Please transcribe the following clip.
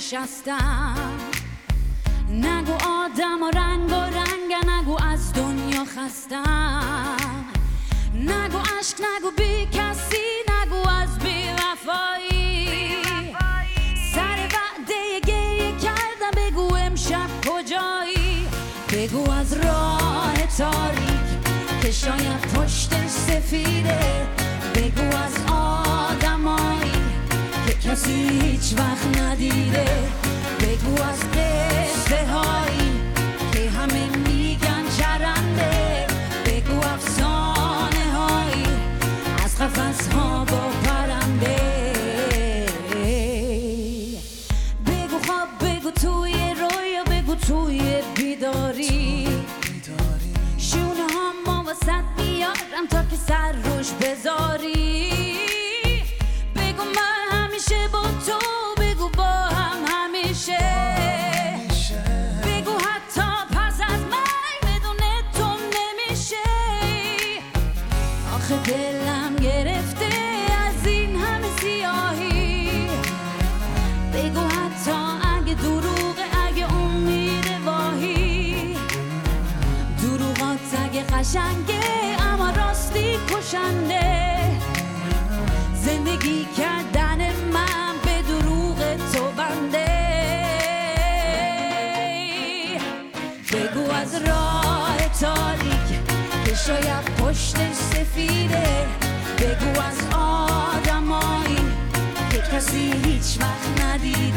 نشستم. نگو آدم و رنگ نگو از دنیا خستم. نگو عشق نگو بی کسی نگو از بی وفایی. سر وعده گریه کردم بگو امشب کجایی. بگو از راه تاریک که شاید پشتش سفیده. بگو از آدمایی که کسی هیچ وقت ندیده. بگو از قصه هایی که همه میگن چرنده. بگو افسانه هایی از قفس ها با پرنده. بگو خواب بگو توی رویا بگو توی بیداری. شونه ها ما وسط میارم تا که سر روش بذاری. بگو من همیشه با تو بگو با هم همیشه. بگو حتی پس از من بدون تو نمیشه. آخه دلم گرفته از این همه سیاهی. بگو حتی اگه دروغه اگه امید واهی. دروغات اگه قشنگه اما راستی کشنده. زندگی کردن من به دروغ تو بنده. بگو از راه تاریک که شاید پشتش سفیده. بگو از آدمایی که کسی هیچ وقت ندیده.